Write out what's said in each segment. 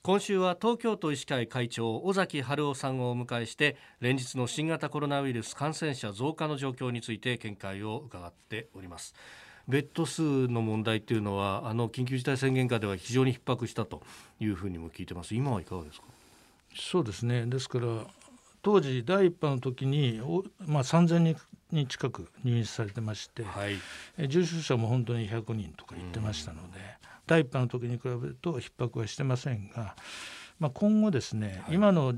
今週は東京都医師会会長尾崎治夫さんをお迎えして連日の新型コロナウイルス感染者増加の状況について見解を伺っております。ベッド数の問題というのは緊急事態宣言下では非常に逼迫したというふうにも聞いてます。今はいかがですか？ そうですね。ですから当時第1波の時に、3000人近く入院されてまして、はい、重症者も本当に100人とか言ってましたので、第1波の時に比べると逼迫はしてませんが、今後ですね、はい、今の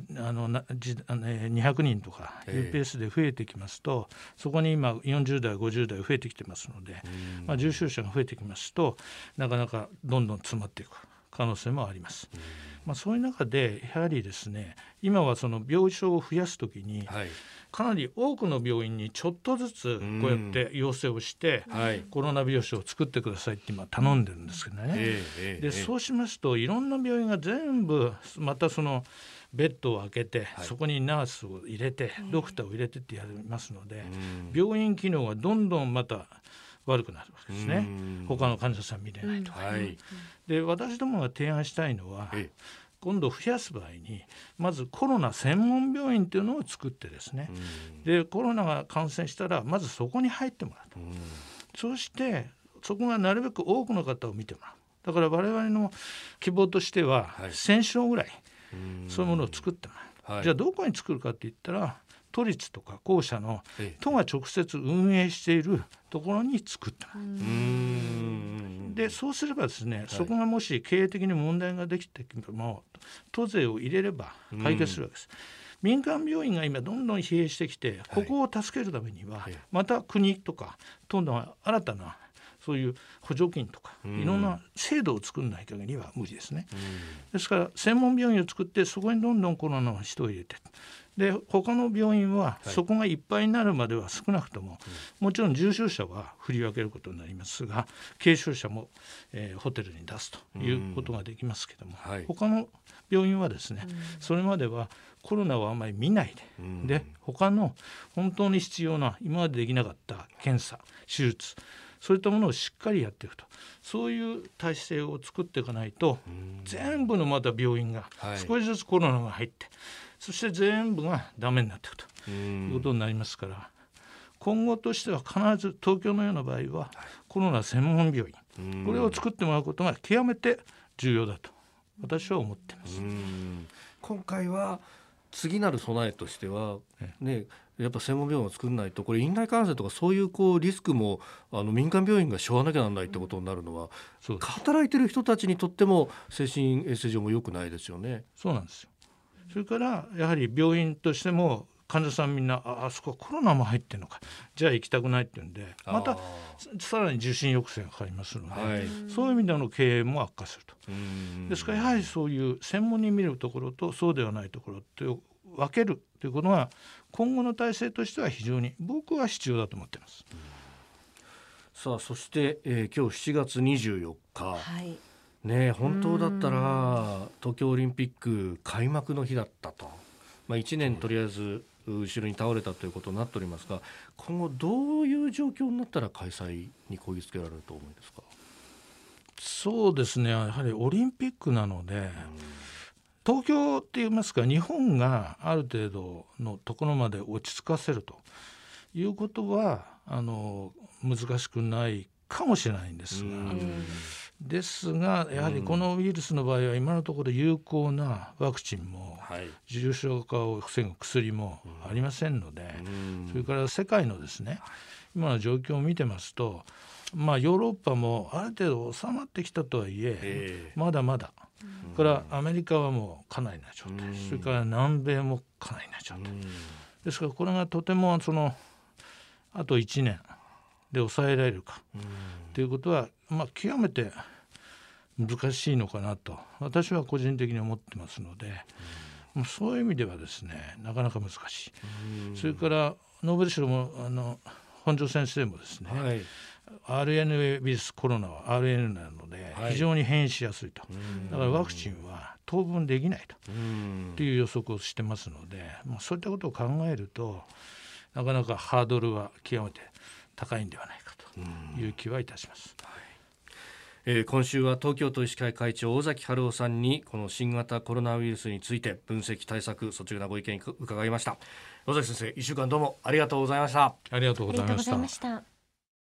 200人とかいうペースで増えてきますと、そこに今40代50代増えてきてますので、重症者が増えてきますとなかなかどんどん詰まっていく可能性もあります。そういう中でやはりですね、今はその病床を増やすときに、はい、かなり多くの病院にちょっとずつこうやって要請をして、コロナ病床を作ってくださいって今頼んでるんですけどね、でそうしますといろんな病院が全部またそのベッドを開けて、そこにナースを入れて、ドクターを入れてってやりますので、病院機能がどんどんまた悪くなるわけですね。他の患者さん見れないとか、で私どもが提案したいのは、今度増やす場合にまずコロナ専門病院というのを作ってですね、でコロナが感染したらまずそこに入ってもらうと、そうしてそこがなるべく多くの方を見てもらう。だから我々の希望としては、1000床ぐらいそういうものを作ってもらう、じゃあどこに作るかって言ったら都立とか公社の都が直接運営しているところに作ってもらう。でそうすればですね、そこがもし経営的に問題ができても都税を入れれば解決するわけです。民間病院が今どんどん疲弊してきて、ここを助けるためにはまた国とか都の新たなそういう補助金とかいろんな制度を作らない限りは無理ですね。ですから専門病院を作って、そこにどんどんコロナの人を入れて、で他の病院はそこがいっぱいになるまでは少なくとも、もちろん重症者は振り分けることになりますが、軽症者も、ホテルに出すということができますけども、他の病院はですね、それまではコロナをあまり見ないで、他の本当に必要な今までできなかった検査手術、そういったものをしっかりやっていくと、そういう体制を作っていかないと、全部のまた病院が少しずつコロナが入って、そして全部がダメになっていくということになりますから、今後としては必ず東京のような場合はコロナ専門病院、これを作ってもらうことが極めて重要だと私は思っています。 今回は次なる備えとしては、やっぱ専門病院を作らないと、これ院内感染とかそういうリスクも民間病院が背負わなきゃならないってことになるのは、働いてる人たちにとっても精神衛生上も良くないですよね。 そうなんですよ。それからやはり病院としても患者さんみんなあそこコロナも入ってるのか、じゃあ行きたくないっていうんで、またさらに受診抑制がかかりますので、そういう意味での経営も悪化すると。ですからやはりそういう専門に見るところとそうではないところって分けるということが今後の体制としては非常に僕は必要だと思っています。 さあそして、今日7月24日、本当だったら東京オリンピック開幕の日だったと、1年とりあえず後ろに倒れたということになっておりますが、今後どういう状況になったら開催にこぎつけられると思いますか？ そうですね、やはりオリンピックなので、東京って言いますか日本がある程度のところまで落ち着かせるということは難しくないかもしれないんですが、やはりこのウイルスの場合は今のところ有効なワクチンも、重症化を防ぐ薬もありませんので、それから世界のですね今の状況を見てますと、ヨーロッパもある程度収まってきたとはいえ、まだまだからアメリカはもうかなりな状態、それから南米もかなりな状態ですから、これがとてもあと1年で抑えられるかということは、極めて難しいのかなと私は個人的に思ってますので、そういう意味ではですねなかなか難しい。それからノーベル賞も本庄先生もですね、RNA ウイルスコロナは RNA なので非常に変異しやすいと、だからワクチンは当分できないという予測をしてますので、そういったことを考えるとなかなかハードルは極めて高いんではないかという気はいたします。 今週は東京都医師会会長尾崎治夫さんにこの新型コロナウイルスについて分析対策率直なご意見伺いました。尾崎先生、1週間どうもありがとうございました。 ありがとうございました。